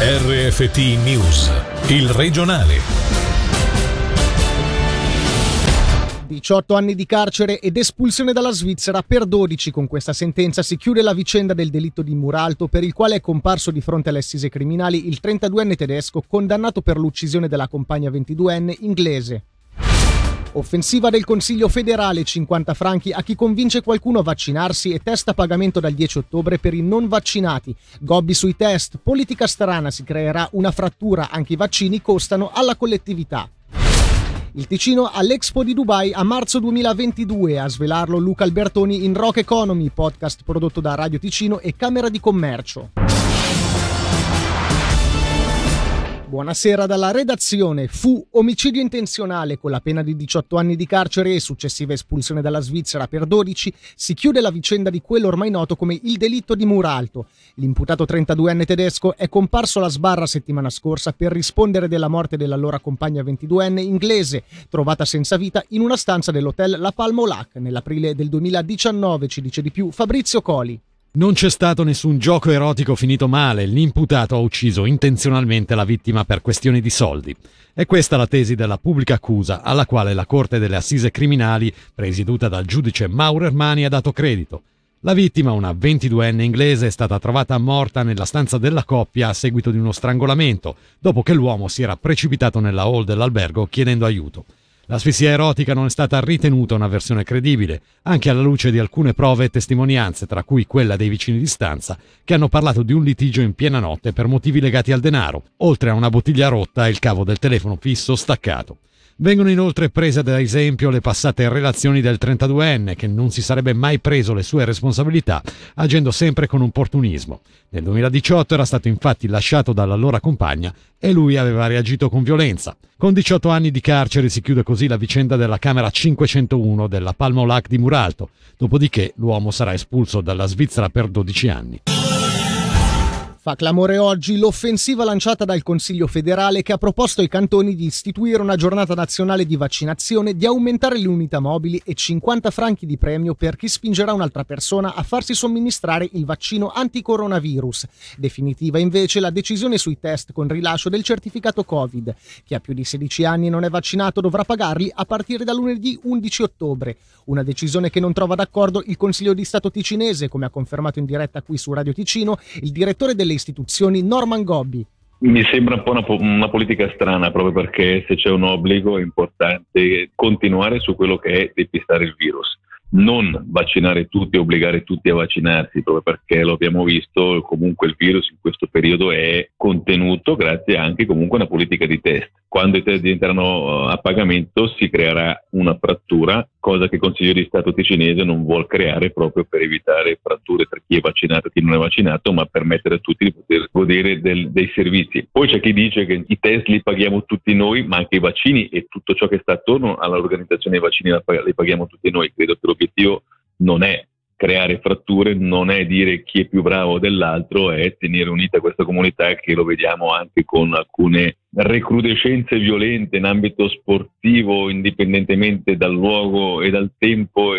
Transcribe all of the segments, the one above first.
RFT News, il regionale. 18 anni di carcere ed espulsione dalla Svizzera per 12. Con questa sentenza si chiude la vicenda del delitto di Muralto, per il quale è comparso di fronte alle assise criminali il 32enne tedesco condannato per l'uccisione della compagna 22enne inglese. Offensiva del Consiglio federale, 50 franchi a chi convince qualcuno a vaccinarsi e test a pagamento dal 10 ottobre per i non vaccinati. Gobbi sui test, politica strana, si creerà una frattura, anche i vaccini costano alla collettività. Il Ticino all'Expo di Dubai a marzo 2022, a svelarlo Luca Albertoni in Rock Economy, podcast prodotto da Radio Ticino e Camera di Commercio. Buonasera dalla redazione. Fu omicidio intenzionale con la pena di 18 anni di carcere e successiva espulsione dalla Svizzera per 12. Si chiude la vicenda di quello ormai noto come il delitto di Muralto. L'imputato 32enne tedesco è comparso alla sbarra settimana scorsa per rispondere della morte dell'allora compagna 22enne inglese, trovata senza vita in una stanza dell'hotel La Palma au Lac nell'aprile del 2019, ci dice di più Fabrizio Coli. Non c'è stato nessun gioco erotico finito male, l'imputato ha ucciso intenzionalmente la vittima per questioni di soldi. È questa la tesi della pubblica accusa, alla quale la Corte delle Assise Criminali, presieduta dal giudice Mauro Ermani, ha dato credito. La vittima, una 22enne inglese, è stata trovata morta nella stanza della coppia a seguito di uno strangolamento, dopo che l'uomo si era precipitato nella hall dell'albergo chiedendo aiuto. L'asfissia erotica non è stata ritenuta una versione credibile, anche alla luce di alcune prove e testimonianze, tra cui quella dei vicini di stanza, che hanno parlato di un litigio in piena notte per motivi legati al denaro, oltre a una bottiglia rotta e il cavo del telefono fisso staccato. Vengono inoltre prese ad esempio le passate relazioni del 32enne, che non si sarebbe mai preso le sue responsabilità, agendo sempre con opportunismo. Nel 2018 era stato infatti lasciato dall'allora compagna e lui aveva reagito con violenza. Con 18 anni di carcere si chiude così la vicenda della Camera 501 della Palma au Lac di Muralto, dopodiché l'uomo sarà espulso dalla Svizzera per 12 anni. Fa clamore oggi l'offensiva lanciata dal Consiglio federale, che ha proposto ai cantoni di istituire una giornata nazionale di vaccinazione, di aumentare le unità mobili e 50 franchi di premio per chi spingerà un'altra persona a farsi somministrare il vaccino anticoronavirus. Definitiva invece la decisione sui test con rilascio del certificato Covid. Chi ha più di 16 anni e non è vaccinato dovrà pagarli a partire da lunedì 11 ottobre. Una decisione che non trova d'accordo il Consiglio di Stato ticinese, come ha confermato in diretta qui su Radio Ticino il direttore delle istituzioni Norman Gobbi. Mi sembra un po' una politica strana, proprio perché se c'è un obbligo è importante continuare su quello che è depistare il virus. Non vaccinare tutti, obbligare tutti a vaccinarsi, proprio perché lo abbiamo visto, comunque il virus in questo periodo è contenuto grazie anche comunque a una politica di test. Quando i test diventeranno a pagamento si creerà una frattura, cosa che il Consiglio di Stato ticinese non vuol creare, proprio per evitare fratture tra chi è vaccinato e chi non è vaccinato, ma permettere a tutti di poter godere dei servizi. Poi c'è chi dice che i test li paghiamo tutti noi, ma anche i vaccini e tutto ciò che sta attorno all'organizzazione dei vaccini li paghiamo tutti noi. Credo che l'obiettivo non è creare fratture, non è dire chi è più bravo dell'altro, è tenere unita questa comunità, che lo vediamo anche con alcune recrudescenze violente in ambito sportivo, indipendentemente dal luogo e dal tempo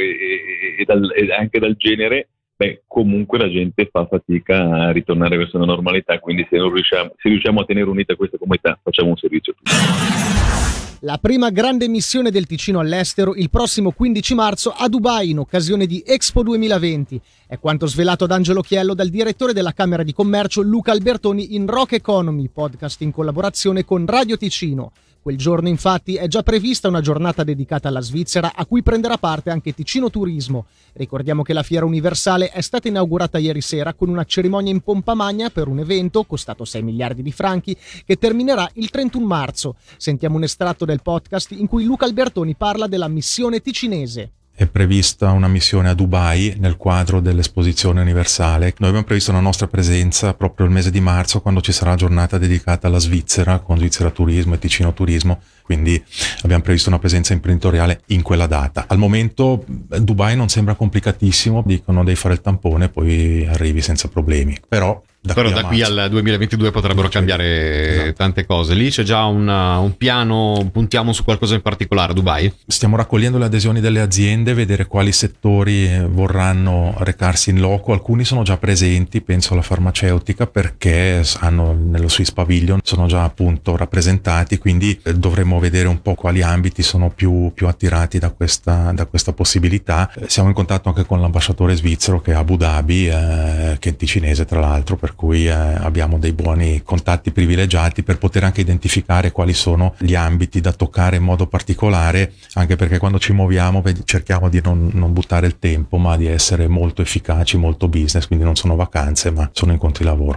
e anche dal genere. Comunque la gente fa fatica a ritornare verso la normalità, quindi se riusciamo a tenere unita questa comunità facciamo un servizio a tutti. La prima grande missione del Ticino all'estero il prossimo 15 marzo a Dubai in occasione di Expo 2020. È quanto svelato ad Angelo Chiello dal direttore della Camera di Commercio Luca Albertoni in Rock Economy, podcast in collaborazione con Radio Ticino. Quel giorno infatti è già prevista una giornata dedicata alla Svizzera, a cui prenderà parte anche Ticino Turismo. Ricordiamo che la Fiera Universale è stata inaugurata ieri sera con una cerimonia in pompa magna per un evento costato 6 miliardi di franchi che terminerà il 31 marzo. Sentiamo un estratto del podcast in cui Luca Albertoni parla della missione ticinese. È prevista una missione a Dubai nel quadro dell'esposizione universale. Noi abbiamo previsto una nostra presenza proprio il mese di marzo, quando ci sarà una giornata dedicata alla Svizzera, con Svizzera Turismo e Ticino Turismo, quindi abbiamo previsto una presenza imprenditoriale in quella data. Al momento Dubai non sembra complicatissimo, dicono devi fare il tampone, poi arrivi senza problemi, però Però da qui al 2022 potrebbero cambiare tante cose. Lì c'è già un piano, puntiamo su qualcosa in particolare a Dubai? Stiamo raccogliendo le adesioni delle aziende, vedere quali settori vorranno recarsi in loco. Alcuni sono già presenti, penso alla farmaceutica, perché hanno nello Swiss Pavilion, sono già appunto rappresentati, quindi dovremo vedere un po' quali ambiti sono più attirati da questa possibilità. Siamo in contatto anche con l'ambasciatore svizzero che è a Abu Dhabi, che è ticinese tra l'altro, per cui abbiamo dei buoni contatti privilegiati per poter anche identificare quali sono gli ambiti da toccare in modo particolare, anche perché quando ci muoviamo cerchiamo di non buttare il tempo, ma di essere molto efficaci, molto business, quindi non sono vacanze ma sono incontri lavoro.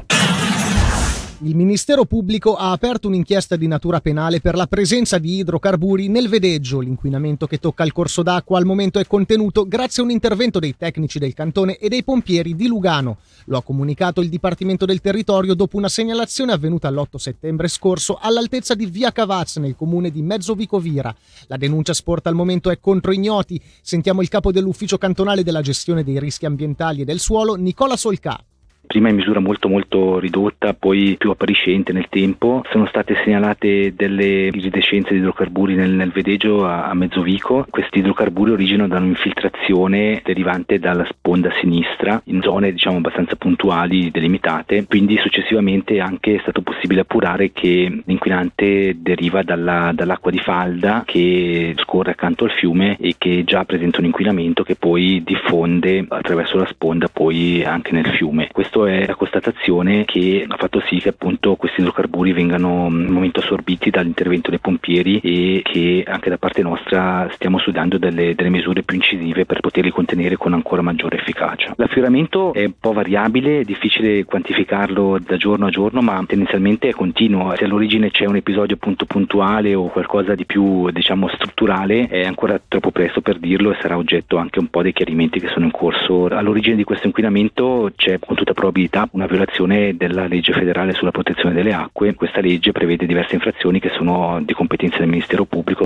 Il Ministero Pubblico ha aperto un'inchiesta di natura penale per la presenza di idrocarburi nel Vedeggio. L'inquinamento che tocca il corso d'acqua al momento è contenuto grazie a un intervento dei tecnici del cantone e dei pompieri di Lugano. Lo ha comunicato il Dipartimento del Territorio dopo una segnalazione avvenuta l'8 settembre scorso all'altezza di Via Cavaz nel comune di Mezzovicovira. La denuncia sporta al momento è contro ignoti. Sentiamo il capo dell'ufficio cantonale della gestione dei rischi ambientali e del suolo, Nicola Solcà. Prima in misura molto ridotta, poi più appariscente nel tempo. Sono state segnalate delle iridescenze di idrocarburi nel Vedeggio a Mezzovico. Questi idrocarburi originano da un'infiltrazione derivante dalla sponda sinistra in zone abbastanza puntuali, delimitate. Quindi successivamente anche è stato possibile appurare che l'inquinante deriva dall'acqua di falda che scorre accanto al fiume e che già presenta un inquinamento che poi diffonde attraverso la sponda poi anche nel fiume. Questa è la constatazione che ha fatto sì che appunto questi idrocarburi vengano al momento assorbiti dall'intervento dei pompieri e che anche da parte nostra stiamo studiando delle misure più incisive per poterli contenere con ancora maggiore efficacia. L'affioramento è un po' variabile, è difficile quantificarlo da giorno a giorno, ma tendenzialmente è continuo. Se all'origine c'è un episodio appunto puntuale o qualcosa di più strutturale, è ancora troppo presto per dirlo e sarà oggetto anche un po' dei chiarimenti che sono in corso. All'origine di questo inquinamento c'è con tutta probabilità una violazione della legge federale sulla protezione delle acque. Questa legge prevede diverse infrazioni che sono di competenza del Ministero Pubblico.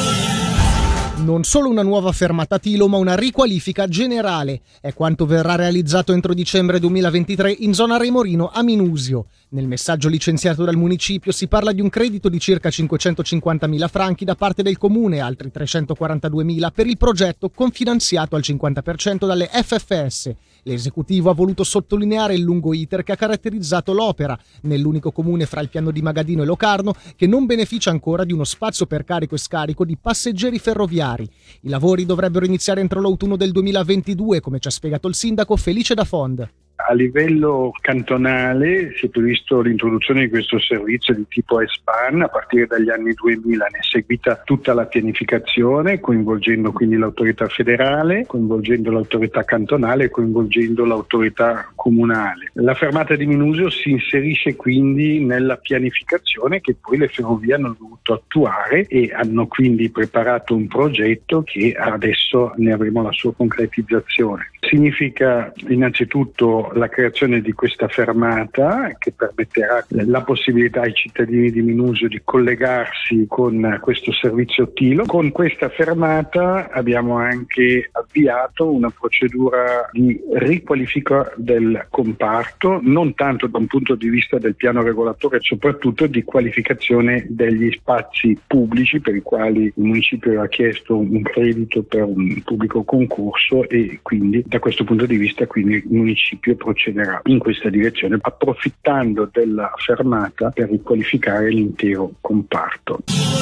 Non solo una nuova fermata Tilo, ma una riqualifica generale. È quanto verrà realizzato entro dicembre 2023 in zona Remorino a Minusio. Nel messaggio licenziato dal municipio si parla di un credito di circa 550.000 franchi da parte del comune e altri 342.000 per il progetto confinanziato al 50% dalle FFS. L'esecutivo ha voluto sottolineare il lungo iter che ha caratterizzato l'opera, nell'unico comune fra il piano di Magadino e Locarno che non beneficia ancora di uno spazio per carico e scarico di passeggeri ferroviari. I lavori dovrebbero iniziare entro l'autunno del 2022, come ci ha spiegato il sindaco Felice Da Fond. A livello cantonale si è previsto l'introduzione di questo servizio di tipo S-Bahn a partire dagli anni 2000, ne è seguita tutta la pianificazione coinvolgendo quindi l'autorità federale, coinvolgendo l'autorità cantonale e coinvolgendo l'autorità comunale. La fermata di Minusio si inserisce quindi nella pianificazione che poi le ferrovie hanno dovuto attuare e hanno quindi preparato un progetto che adesso ne avremo la sua concretizzazione. Significa innanzitutto la creazione di questa fermata che permetterà la possibilità ai cittadini di Minusio di collegarsi con questo servizio Tilo. Con questa fermata abbiamo anche avviato una procedura di riqualifica del comparto, non tanto da un punto di vista del piano regolatore, soprattutto di qualificazione degli spazi pubblici per i quali il municipio aveva chiesto un credito per un pubblico concorso e quindi da questo punto di vista quindi il municipio procederà in questa direzione approfittando della fermata per riqualificare l'intero comparto.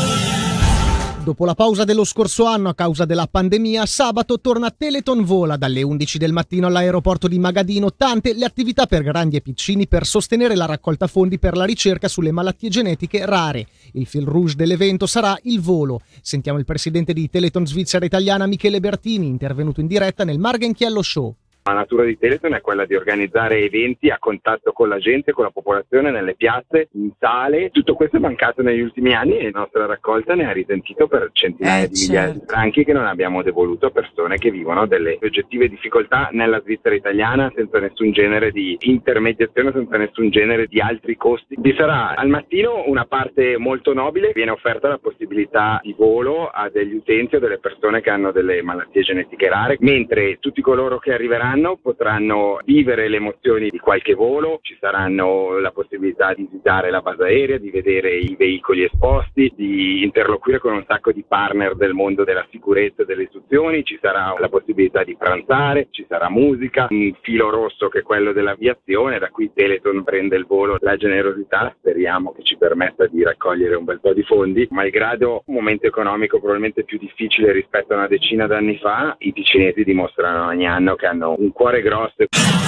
Dopo la pausa dello scorso anno a causa della pandemia, sabato torna Teleton Vola dalle 11 del mattino all'aeroporto di Magadino. Tante le attività per grandi e piccini per sostenere la raccolta fondi per la ricerca sulle malattie genetiche rare. Il fil rouge dell'evento sarà il volo. Sentiamo il presidente di Teleton Svizzera Italiana Michele Bertini, intervenuto in diretta nel Margenchiello Show. La natura di Teleton è quella di organizzare eventi a contatto con la gente, con la popolazione, nelle piazze, in sale. Tutto questo è mancato negli ultimi anni e la nostra raccolta ne ha risentito per centinaia di migliaia di franchi che non abbiamo devoluto a persone che vivono delle oggettive difficoltà nella Svizzera italiana senza nessun genere di intermediazione, senza nessun genere di altri costi. Vi sarà al mattino una parte molto nobile, viene offerta la possibilità di volo a degli utenti o delle persone che hanno delle malattie genetiche rare, mentre tutti coloro che arriveranno arriveranno potranno vivere le emozioni di qualche volo, ci saranno la possibilità di visitare la base aerea, di vedere i veicoli esposti, di interloquire con un sacco di partner del mondo della sicurezza e delle istruzioni, ci sarà la possibilità di pranzare, ci sarà musica, un filo rosso che è quello dell'aviazione, da qui Teleton prende il volo, la generosità speriamo che ci permetta di raccogliere un bel po' di fondi, malgrado un momento economico probabilmente più difficile rispetto a una decina d'anni fa, i ticinesi dimostrano ogni anno che hanno un cuore grosso.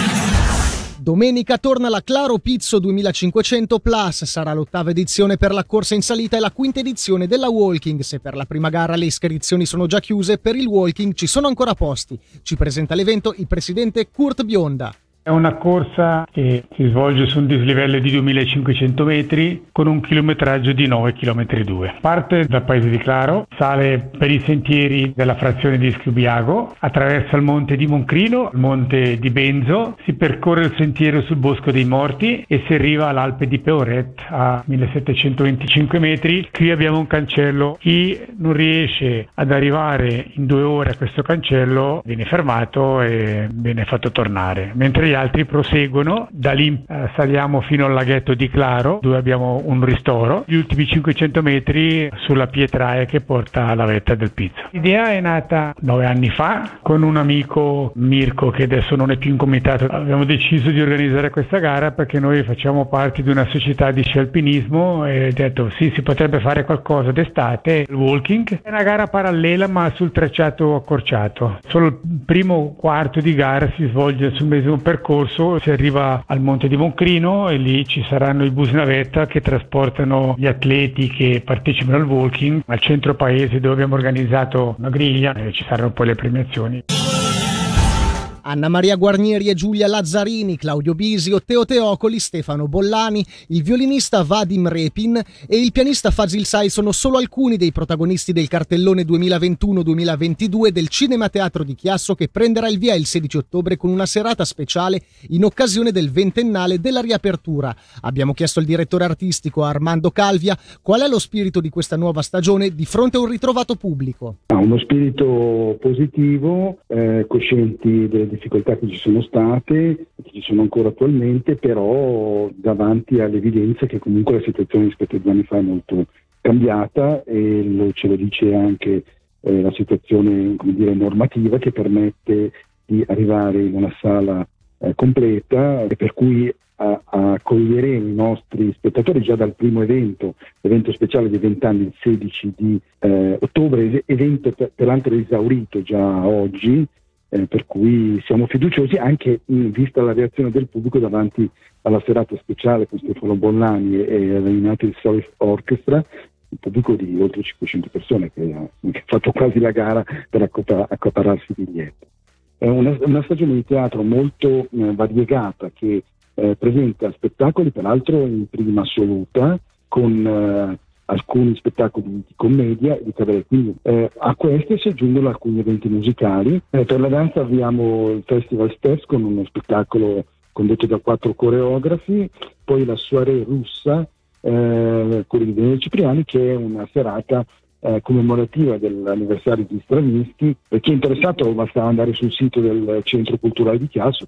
Domenica torna la Claro Pizzo 2500 Plus, sarà l'8ª edizione per la corsa in salita e la 5ª edizione della Walking. Se per la prima gara le iscrizioni sono già chiuse, per il Walking ci sono ancora posti. Ci presenta l'evento il presidente Kurt Bionda. È una corsa che si svolge su un dislivello di 2500 metri con un chilometraggio di 9,2 km. Parte dal paese di Claro, sale per i sentieri della frazione di Schiubiago, attraversa il monte di Moncrino, il monte di Benzo, si percorre il sentiero sul Bosco dei Morti e si arriva all'Alpe di Peoret a 1725 metri. Qui abbiamo un cancello. Chi non riesce ad arrivare in 2 ore a questo cancello viene fermato e viene fatto tornare, mentre gli altri proseguono. Da lì saliamo fino al laghetto di Claro, dove abbiamo un ristoro, gli ultimi 500 metri sulla pietraia che porta alla vetta del Pizzo. L'idea è nata 9 anni fa con un amico, Mirko, che adesso non è più in comitato. Abbiamo deciso di organizzare questa gara perché noi facciamo parte di una società di sci alpinismo e ho detto sì, si potrebbe fare qualcosa d'estate. Il walking è una gara parallela ma sul tracciato accorciato. Solo il primo quarto di gara si svolge sul medesimo percorso, si arriva al monte di Moncrino e lì ci saranno i bus navetta che trasportano gli atleti che partecipano al walking al centro paese, dove abbiamo organizzato una griglia e ci saranno poi le premiazioni. Anna Maria Guarnieri e Giulia Lazzarini, Claudio Bisio, Teo Teocoli, Stefano Bollani, il violinista Vadim Repin e il pianista Fazil Say sono solo alcuni dei protagonisti del cartellone 2021-2022 del Cinema Teatro di Chiasso, che prenderà il via il 16 ottobre con una serata speciale in occasione del 20ennale della riapertura. Abbiamo chiesto al direttore artistico Armando Calvia qual è lo spirito di questa nuova stagione di fronte a un ritrovato pubblico. Uno spirito positivo, coscienti delle difficoltà che ci sono state, che ci sono ancora attualmente, però davanti all'evidenza che comunque la situazione rispetto a 2 anni fa è molto cambiata e ce lo dice anche la situazione, come dire, normativa, che permette di arrivare in una sala completa e per cui accoglieremo i nostri spettatori già dal primo evento speciale dei 20 anni il 16 di ottobre, evento peraltro esaurito già oggi, per cui siamo fiduciosi anche in vista la reazione del pubblico davanti alla serata speciale con Stefano Bollani e alla United South Orchestra, un pubblico di oltre 500 persone che ha fatto quasi la gara per accaparrarsi i biglietti. È una stagione di teatro molto variegata che presenta spettacoli peraltro in prima assoluta, con alcuni spettacoli di commedia e di cabaret, quindi a queste si aggiungono alcuni eventi musicali. Per la danza abbiamo il Festival Steps con uno spettacolo condotto da 4 coreografi, poi la soirée russa con il Daniele Cipriani, che è una serata commemorativa dell'anniversario di Stravinsky. Per chi è interessato basta andare sul sito del Centro Culturale di Chiasso.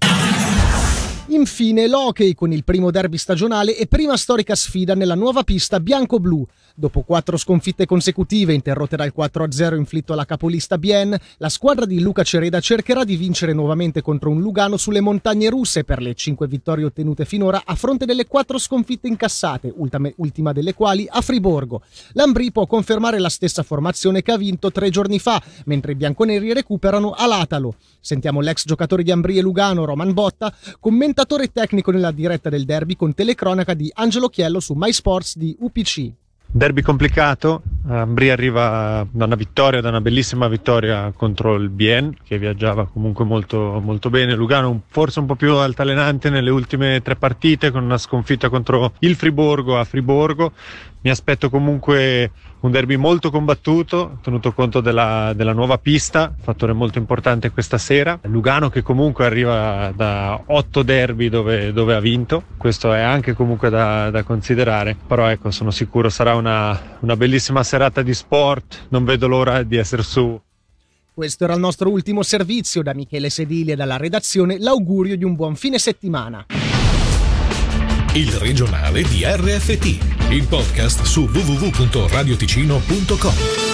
Infine l'hockey con il primo derby stagionale e prima storica sfida nella nuova pista bianco-blu. Dopo 4 sconfitte consecutive interrotte dal 4-0 inflitto alla capolista Bien, la squadra di Luca Cereda cercherà di vincere nuovamente contro un Lugano sulle montagne russe per le 5 vittorie ottenute finora a fronte delle 4 sconfitte incassate, ultima delle quali a Friburgo. L'Ambrì può confermare la stessa formazione che ha vinto 3 giorni fa, mentre i bianconeri recuperano all'Atalo. Sentiamo l'ex giocatore di Ambrì e Lugano, Roman Botta, commentatore tecnico nella diretta del derby con telecronaca di Angelo Chiello su MySports di UPC. Derby complicato, Ambrì arriva da una bellissima vittoria contro il Bien, che viaggiava comunque molto, molto bene. Lugano forse un po' più altalenante nelle ultime 3 partite, con una sconfitta contro il Friburgo a Friburgo. Mi aspetto comunque un derby molto combattuto, tenuto conto della nuova pista, fattore molto importante questa sera. Lugano che comunque arriva da 8 derby dove ha vinto, questo è anche comunque da considerare, però ecco, sono sicuro sarà una bellissima serata di sport, non vedo l'ora di essere su. Questo era il nostro ultimo servizio. Da Michele Sedili e dalla redazione l'augurio di un buon fine settimana. Il regionale di RFT, il podcast su www.radioticino.com.